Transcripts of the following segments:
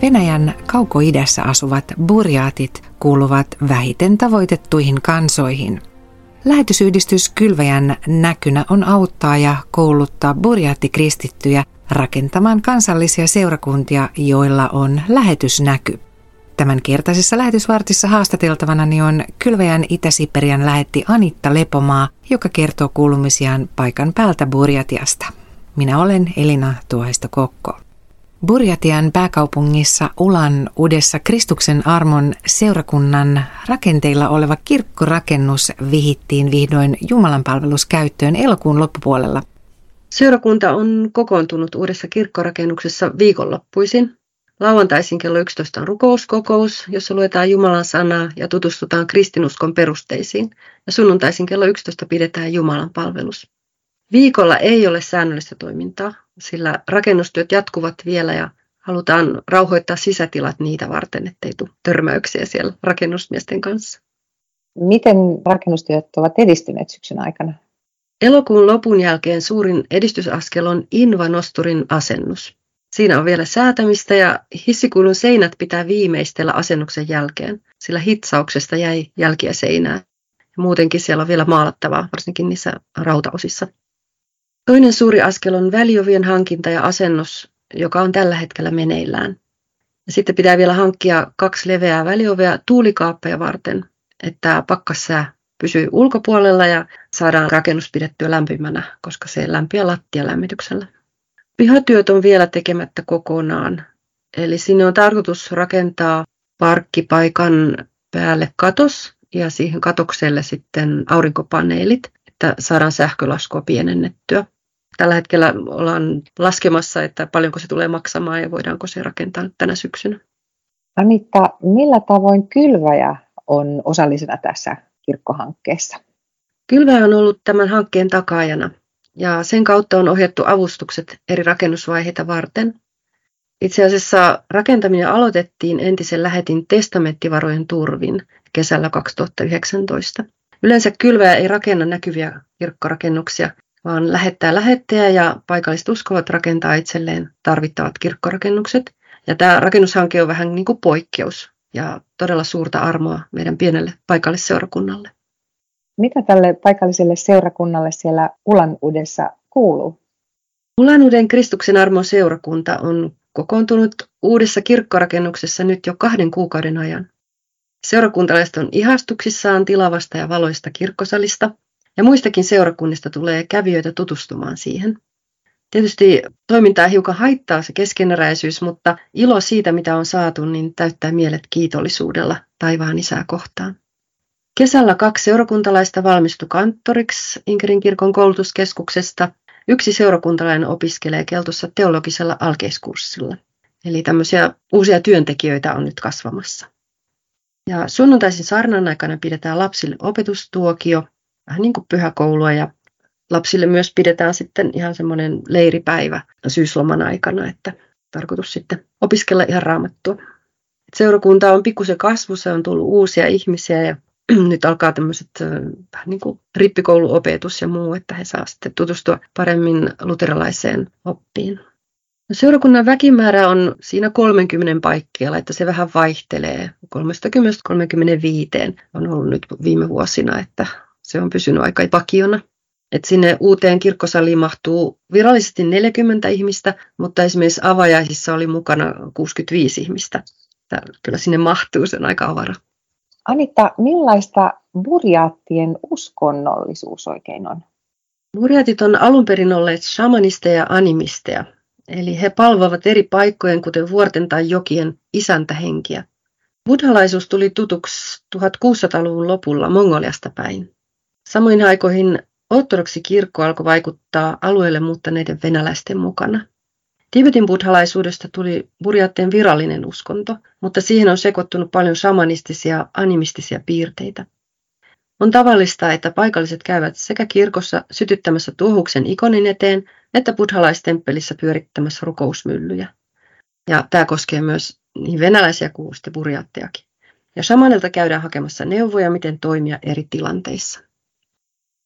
Venäjän kaukoidässä asuvat burjaatit kuuluvat vähiten tavoitettuihin kansoihin. Lähetysyhdistys Kylväjän näkynä on auttaa ja kouluttaa burjaattikristittyjä rakentamaan kansallisia seurakuntia, joilla on lähetysnäky. Tämänkertaisessa lähetysvartissa haastateltavanani on Kylväjän Itä-Siperian lähetti Anitta Lepomaa, joka kertoo kuulumisiaan paikan päältä Burjatiasta. Minä olen Elina Tuoheisto-Kokko. Burjatian pääkaupungissa Ulan-Udessa Kristuksen armon seurakunnan rakenteilla oleva kirkkorakennus vihittiin vihdoin jumalanpalveluskäyttöön elokuun loppupuolella. Seurakunta on kokoontunut uudessa kirkkorakennuksessa viikonloppuisin. Lauantaisin kello 11 on rukouskokous, jossa luetaan Jumalan sanaa ja tutustutaan kristinuskon perusteisiin. Ja sunnuntaisin kello 11 pidetään Jumalan palvelus. Viikolla ei ole säännöllistä toimintaa, sillä rakennustyöt jatkuvat vielä ja halutaan rauhoittaa sisätilat niitä varten, ettei tule törmäyksiä siellä rakennusmiesten kanssa. Miten rakennustyöt ovat edistyneet syksyn aikana? Elokuun lopun jälkeen suurin edistysaskel on Inva-nosturin asennus. Siinä on vielä säätämistä ja hissikuilun seinät pitää viimeistellä asennuksen jälkeen, sillä hitsauksesta jäi jälkiä seinään. Ja muutenkin siellä on vielä maalattavaa, varsinkin niissä rautaosissa. Toinen suuri askel on väliovien hankinta ja asennus, joka on tällä hetkellä meneillään. Ja sitten pitää vielä hankkia 2 leveää väliovea tuulikaappeja varten, että pakkassää pysyy ulkopuolella ja saadaan rakennus pidettyä lämpimänä, koska se lämpiää lattialämmityksellä. Pihatyöt on vielä tekemättä kokonaan, eli sinne on tarkoitus rakentaa parkkipaikan päälle katos ja siihen katokselle sitten aurinkopaneelit, että saadaan sähkölaskua pienennettyä. Tällä hetkellä ollaan laskemassa, että paljonko se tulee maksamaan ja voidaanko se rakentaa tänä syksynä. Anitta, millä tavoin Kylväjä on osallisena tässä kirkkohankkeessa? Kylväjä on ollut tämän hankkeen takaajana ja sen kautta on ohjattu avustukset eri rakennusvaiheita varten. Itse asiassa rakentaminen aloitettiin entisen lähetin testamenttivarojen turvin kesällä 2019. Yleensä Kylväjä ei rakenna näkyviä kirkkorakennuksia, vaan lähettää lähettejä ja paikalliset uskovat rakentaa itselleen tarvittavat kirkkorakennukset. Ja tämä rakennushanke on vähän niin kuin poikkeus ja todella suurta armoa meidän pienelle paikallisseurakunnalle. Mitä tälle paikalliselle seurakunnalle siellä Ulan-Udessa kuuluu? Ulan-Uden Kristuksen armon seurakunta on kokoontunut uudessa kirkkorakennuksessa nyt jo 2 kuukauden ajan. Seurakuntalaiset on ihastuksissaan tilavasta ja valoista kirkkosalista. Ja muistakin seurakunnista tulee kävijöitä tutustumaan siihen. Tietysti toimintaa hiukan haittaa se keskeneräisyys, mutta ilo siitä, mitä on saatu, niin täyttää mielet kiitollisuudella taivaan Isää kohtaan. Kesällä 2 seurakuntalaista valmistui kanttoriksi Inkerin kirkon koulutuskeskuksesta. 1 seurakuntalainen opiskelee Keltossa teologisella alkeiskurssilla. Eli tämmöisiä uusia työntekijöitä on nyt kasvamassa. Ja sunnuntaisin saarnan aikana pidetään lapsille opetustuokio. Vähän niin kuin pyhäkoulua ja lapsille myös pidetään sitten ihan semmoinen leiripäivä syysloman aikana, että tarkoitus sitten opiskella ihan raamattua. Seurakunta on pikkusen kasvussa, on tullut uusia ihmisiä ja nyt alkaa tämmöiset vähän niin kuin rippikouluopetus ja muu, että he saa sitten tutustua paremmin luterilaiseen oppiin. Seurakunnan väkimäärä on siinä 30 paikkeilla, että se vähän vaihtelee. 30-35 on ollut nyt viime vuosina, että se on pysynyt aika vakiona. Et sinne uuteen kirkkosaliin mahtuu virallisesti 40 ihmistä, mutta esimerkiksi avajaisissa oli mukana 65 ihmistä. Kyllä sinne mahtuu, se on aika avara. Anitta, millaista burjaattien uskonnollisuus oikein on? Burjaatit on alun perin olleet shamanisteja ja animisteja. Eli he palvovat eri paikkojen, kuten vuorten tai jokien isäntähenkiä. Buddhalaisuus tuli tutuksi 1600-luvun lopulla Mongoliasta päin. Samoin aikoihin ortodoksi kirkko alkoi vaikuttaa alueelle muuttaneiden venäläisten mukana. Tibetin buddhalaisuudesta tuli burjaattien virallinen uskonto, mutta siihen on sekoittunut paljon shamanistisia animistisia piirteitä. On tavallista, että paikalliset käyvät sekä kirkossa sytyttämässä tuohuksen ikonin eteen, että buddhalaistemppelissä pyörittämässä rukousmyllyjä. Ja tämä koskee myös niin venäläisiä kuin sitten burjaattejakin. Ja shamanilta käydään hakemassa neuvoja, miten toimia eri tilanteissa.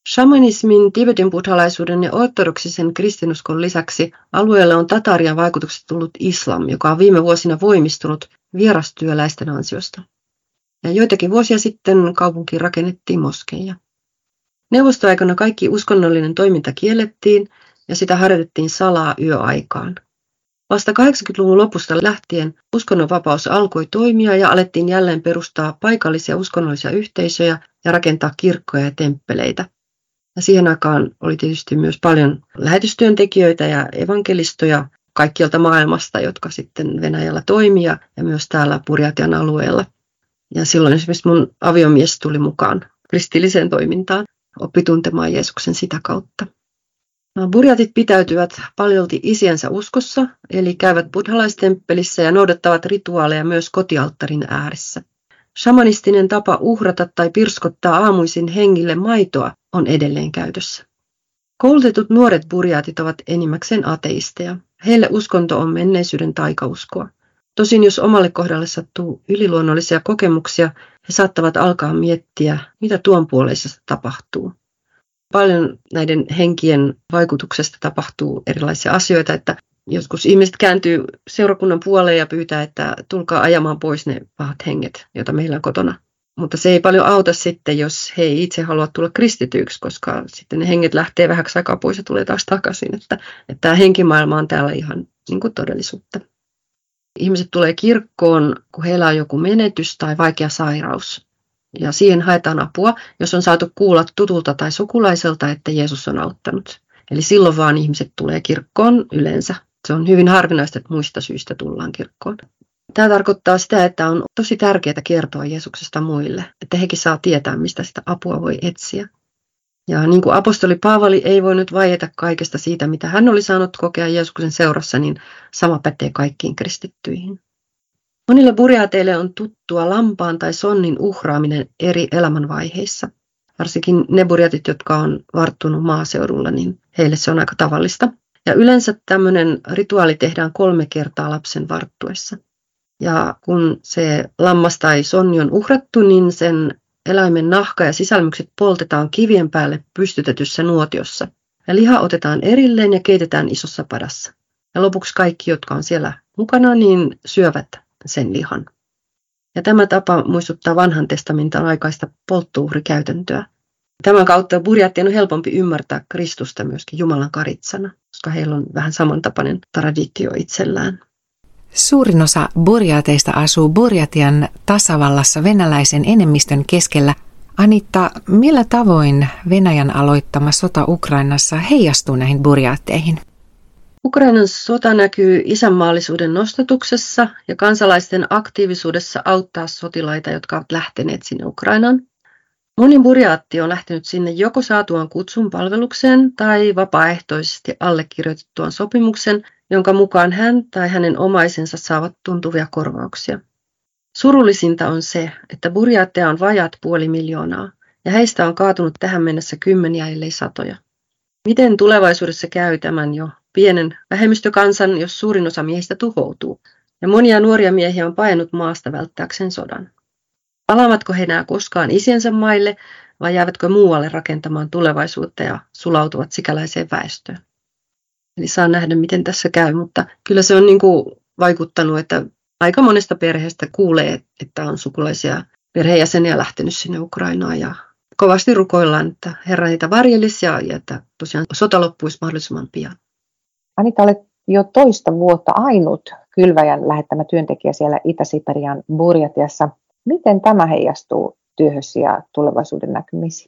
Shamanismin, Tibetin buddhalaisuuden ja ortodoksisen kristinuskon lisäksi alueelle on tatarien vaikutukset tullut islam, joka on viime vuosina voimistunut vierastyöläisten ansiosta. Ja joitakin vuosia sitten kaupunkiin rakennettiin moskeija. Neuvostoaikana kaikki uskonnollinen toiminta kiellettiin ja sitä harjoitettiin salaa yöaikaan. Vasta 80-luvun lopusta lähtien uskonnonvapaus alkoi toimia ja alettiin jälleen perustaa paikallisia uskonnollisia yhteisöjä ja rakentaa kirkkoja ja temppeleitä. Ja siihen aikaan oli tietysti myös paljon lähetystyöntekijöitä ja evankelistoja kaikkialta maailmasta, jotka sitten Venäjällä toimia ja myös täällä Burjatian alueella. Ja silloin esimerkiksi mun aviomies tuli mukaan kristilliseen toimintaan, oppi tuntemaan Jeesuksen sitä kautta. Burjatit pitäytyvät paljolti isiensä uskossa, eli käyvät buddhalaistemppelissä ja noudattavat rituaaleja myös kotialttarin ääressä. Shamanistinen tapa uhrata tai pirskottaa aamuisin hengille maitoa on edelleen käytössä. Koulutetut nuoret burjatit ovat enimmäkseen ateisteja. Heille uskonto on menneisyyden taikauskoa. Tosin jos omalle kohdalle sattuu yliluonnollisia kokemuksia, he saattavat alkaa miettiä, mitä tuon puoleisesta tapahtuu. Paljon näiden henkien vaikutuksesta tapahtuu erilaisia asioita, että joskus ihmiset kääntyy seurakunnan puoleen ja pyytää, että tulkaa ajamaan pois ne pahat henget, joita meillä on kotona. Mutta se ei paljon auta sitten, jos he ei itse halua tulla kristityiksi, koska sitten ne henget lähtee vähäksi aikaa pois ja tulee taas takaisin. Että tämä henkimaailma on täällä ihan niin kuin todellisuutta. Ihmiset tulee kirkkoon, kun heillä on joku menetys tai vaikea sairaus. Ja siihen haetaan apua, jos on saatu kuulla tutulta tai sukulaiselta, että Jeesus on auttanut. Eli silloin vaan ihmiset tulee kirkkoon yleensä. Se on hyvin harvinaista, että muista syistä tullaan kirkkoon. Tämä tarkoittaa sitä, että on tosi tärkeää kertoa Jeesuksesta muille, että hekin saa tietää, mistä sitä apua voi etsiä. Ja niin kuin apostoli Paavali ei voinut vaieta kaikesta siitä, mitä hän oli saanut kokea Jeesuksen seurassa, niin sama pätee kaikkiin kristittyihin. Monille burjaateille on tuttua lampaan tai sonnin uhraaminen eri elämänvaiheissa. Varsinkin ne burjatit, jotka on varttunut maaseudulla, niin heille se on aika tavallista. Ja yleensä tämmöinen rituaali tehdään 3 kertaa lapsen varttuessa. Ja kun se lammas tai sonni on uhrattu, niin sen eläimen nahka ja sisälmykset poltetaan kivien päälle pystytetyssä nuotiossa. Ja liha otetaan erilleen ja keitetään isossa padassa. Ja lopuksi kaikki, jotka on siellä mukana, niin syövät sen lihan. Ja tämä tapa muistuttaa vanhan testamentin aikaista polttouhrikäytäntöä. Tämän kautta burjaattien on helpompi ymmärtää Kristusta myöskin Jumalan karitsana, koska heillä on vähän samantapainen traditio itsellään. Suurin osa burjaateista asuu Burjatian tasavallassa venäläisen enemmistön keskellä. Anitta, millä tavoin Venäjän aloittama sota Ukrainassa heijastuu näihin burjaatteihin? Ukrainan sota näkyy isänmaallisuuden nostatuksessa ja kansalaisten aktiivisuudessa auttaa sotilaita, jotka ovat lähteneet sinne Ukrainaan. Moni burjaatti on lähtenyt sinne joko saatuaan kutsun palvelukseen tai vapaaehtoisesti allekirjoitettuaan sopimuksen, jonka mukaan hän tai hänen omaisensa saavat tuntuvia korvauksia. Surullisinta on se, että burjaatteja on vajaat 500 000 ja heistä on kaatunut tähän mennessä kymmeniä ellei satoja. Miten tulevaisuudessa käy tämän jo pienen vähemmistökansan, jos suurin osa miehistä tuhoutuu? Ja monia nuoria miehiä on paennut maasta välttääkseen sodan. Palaavatko he enää koskaan isiensä maille vai jäävätkö muualle rakentamaan tulevaisuutta ja sulautuvat sikäläiseen väestöön? Eli saa nähdä, miten tässä käy, mutta kyllä se on vaikuttanut, että aika monesta perheestä kuulee, että on sukulaisia perheenjäseniä lähtenyt sinne Ukrainaan ja kovasti rukoillaan, että Herra niitä varjelisi ja että tosiaan sota loppuisi mahdollisimman pian. Anita, olet jo toista vuotta ainut kylväjän lähettämä työntekijä siellä Itä-Siperian Burjatiassa. Miten tämä heijastuu työhösi ja tulevaisuuden näkymisiin?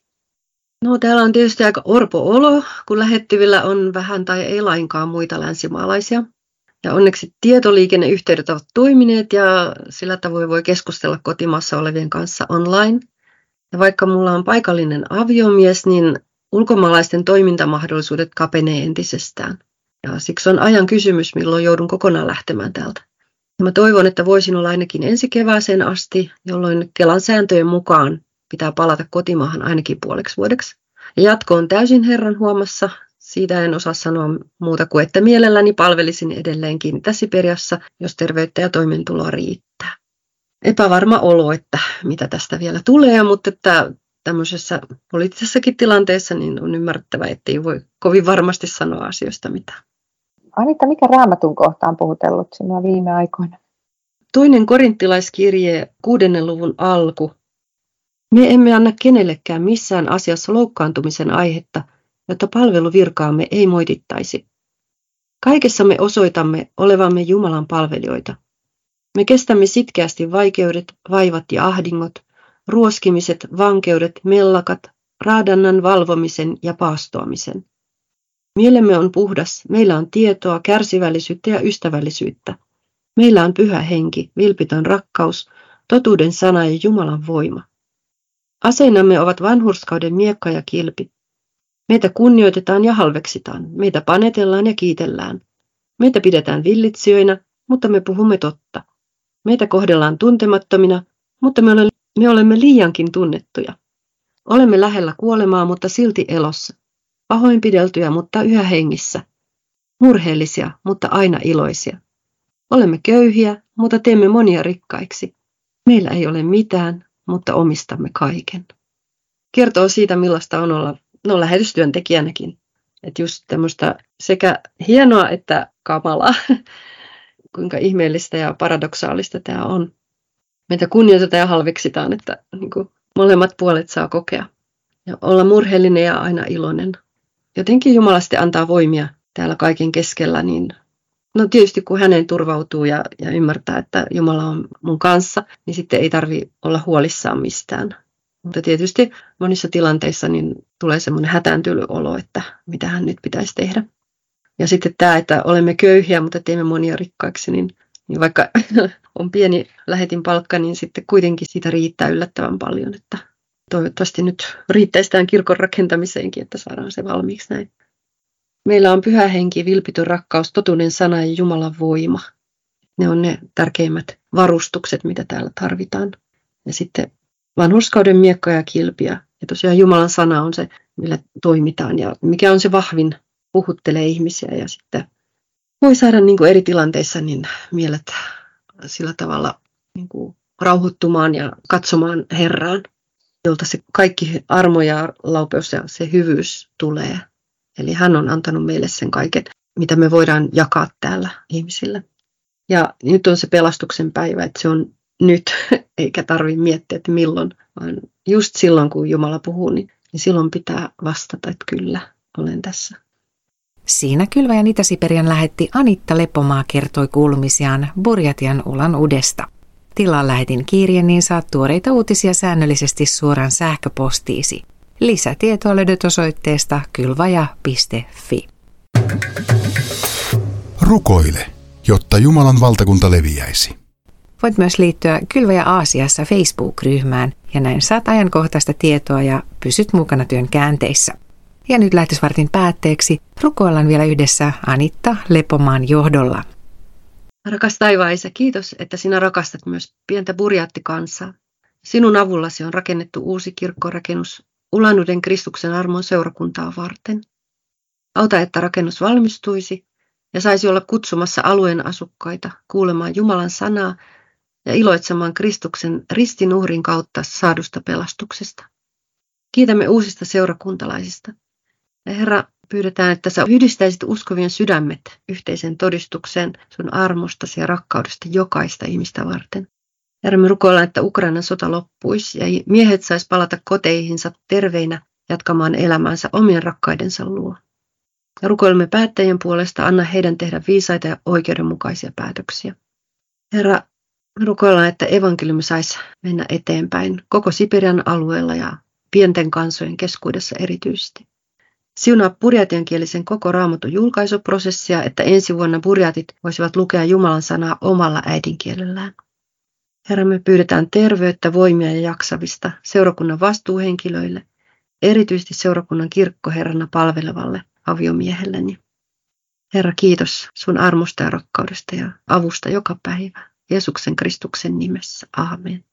No täällä on tietysti aika orpo-olo, kun lähettyvillä on vähän tai ei lainkaan muita länsimaalaisia. Ja onneksi tietoliikenneyhteydet ovat toimineet ja sillä tavoin voi keskustella kotimaassa olevien kanssa online. Ja vaikka mulla on paikallinen aviomies, niin ulkomaalaisten toimintamahdollisuudet kapenee entisestään. Ja siksi on ajan kysymys, milloin joudun kokonaan lähtemään täältä. Ja mä toivon, että voisin olla ainakin ensi kevääseen asti, jolloin Kelan sääntöjen mukaan pitää palata kotimaahan ainakin puoleksi vuodeksi. Ja jatko on täysin Herran huomassa. Siitä en osaa sanoa muuta kuin, että mielelläni palvelisin edelleenkin Itä-Siperiassa, jos terveyttä ja toimeentuloa riittää. Epävarma olo, että mitä tästä vielä tulee, mutta että tämmöisessä poliittisessakin tilanteessa niin on ymmärrettävä, ettei voi kovin varmasti sanoa asioista mitään. Anitta, mikä Raamatun kohta on puhutellut sinua viime aikoina? 2. korinttilaiskirje 6. luvun alku. Me emme anna kenellekään missään asiassa loukkaantumisen aihetta, jotta palveluvirkaamme ei moitittaisi. Kaikessa me osoitamme olevamme Jumalan palvelijoita. Me kestämme sitkeästi vaikeudet, vaivat ja ahdingot, ruoskimiset, vankeudet, mellakat, raadannan valvomisen ja paastoamisen. Mielemme on puhdas, meillä on tietoa, kärsivällisyyttä ja ystävällisyyttä. Meillä on pyhä henki, vilpitön rakkaus, totuuden sana ja Jumalan voima. Aseinamme ovat vanhurskauden miekka ja kilpi. Meitä kunnioitetaan ja halveksitaan, meitä panetellaan ja kiitellään. Meitä pidetään villitsijöinä, mutta me puhumme totta. Meitä kohdellaan tuntemattomina, mutta me olemme liiankin tunnettuja. Olemme lähellä kuolemaa, mutta silti elossa. Pahoinpideltyjä, mutta yhä hengissä. Murheellisia, mutta aina iloisia. Olemme köyhiä, mutta teemme monia rikkaiksi. Meillä ei ole mitään, mutta omistamme kaiken. Kertoo siitä, millaista on olla lähetystyöntekijänäkin. Että just tämmöistä sekä hienoa että kamalaa, kuinka ihmeellistä ja paradoksaalista tämä on. Meitä kunnioitetaan ja halveksitaan, että niin kuin molemmat puolet saa kokea. Ja olla murheellinen ja aina iloinen. Jotenkin Jumala sitten antaa voimia täällä kaiken keskellä. Niin, no tietysti kun häneen turvautuu ja ymmärtää, että Jumala on mun kanssa, niin sitten ei tarvitse olla huolissaan mistään. Mutta tietysti monissa tilanteissa niin tulee semmoinen hätääntylyolo, että mitä hän nyt pitäisi tehdä. Ja sitten tämä, että olemme köyhiä, mutta teemme monia rikkaiksi, niin vaikka on pieni lähetinpalkka, niin sitten kuitenkin siitä riittää yllättävän paljon. Että toivottavasti nyt riittäisi tämän kirkon rakentamiseenkin, että saadaan se valmiiksi näin. Meillä on pyhä henki, vilpitön rakkaus, totuuden sana ja Jumalan voima. Ne on ne tärkeimmät varustukset, mitä täällä tarvitaan. Ja sitten vanhurskauden miekka ja kilpiä. Ja tosiaan Jumalan sana on se, millä toimitaan ja mikä on se vahvin, puhuttelee ihmisiä. Ja sitten voi saada niin kuin eri tilanteissa niin mielet sillä tavalla niin kuin rauhoittumaan ja katsomaan Herraan, jolta se kaikki armo ja laupeus ja se hyvyys tulee. Eli hän on antanut meille sen kaiken, mitä me voidaan jakaa täällä ihmisille. Ja nyt on se pelastuksen päivä, että se on nyt, eikä tarvitse miettiä, että milloin, vaan just silloin, kun Jumala puhuu, niin silloin pitää vastata, että kyllä, olen tässä. Siinä Kylväjän Itä-Siperian lähetti Anitta Lepomaa kertoi kuulumisiaan Burjatian ulan udesta. Tilaa lähetin kirjeen, niin saat tuoreita uutisia säännöllisesti suoraan sähköpostiisi. Lisätietoa löydät osoitteesta kylvaja.fi. Rukoile, jotta Jumalan valtakunta leviäisi. Voit myös liittyä Kylväjä Aasiassa Facebook-ryhmään ja näin saat ajankohtaista tietoa ja pysyt mukana työn käänteissä. Ja nyt lähetysvartin päätteeksi rukoillaan vielä yhdessä Anitta Lepomaan johdolla. Rakas taivaan Isä, kiitos, että sinä rakastat myös pientä Burjatti-kansaa. Sinun avullasi on rakennettu uusi kirkkorakennus Ulanuden Kristuksen armon seurakuntaa varten. Auta, että rakennus valmistuisi ja saisi olla kutsumassa alueen asukkaita kuulemaan Jumalan sanaa ja iloitsemaan Kristuksen ristin uhrin kautta saadusta pelastuksesta. Kiitämme uusista seurakuntalaisista. Ja Herra, pyydetään, että sä yhdistäisit uskovien sydämet yhteiseen todistukseen sun armostasi ja rakkaudesta jokaista ihmistä varten. Herra, me rukoillaan, että Ukrainan sota loppuisi ja miehet sais palata koteihinsa terveinä jatkamaan elämäänsä omien rakkaidensa luo. Ja rukoilemme päättäjien puolesta, anna heidän tehdä viisaita ja oikeudenmukaisia päätöksiä. Herra, me rukoillaan, että evankeliumi saisi mennä eteenpäin koko Siperian alueella ja pienten kansojen keskuudessa erityisesti. Siunaa burjatiankielisen koko Raamatun julkaisuprosessia, että ensi vuonna burjatit voisivat lukea Jumalan sanaa omalla äidinkielellään. Herra, me pyydetään terveyttä, voimia ja jaksamista seurakunnan vastuuhenkilöille, erityisesti seurakunnan kirkkoherrana palvelevalle aviomiehelleni. Herra, kiitos sun armosta ja rakkaudesta ja avusta joka päivä. Jeesuksen Kristuksen nimessä. Aamen.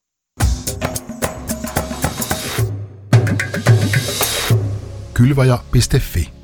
Kylvaja.fi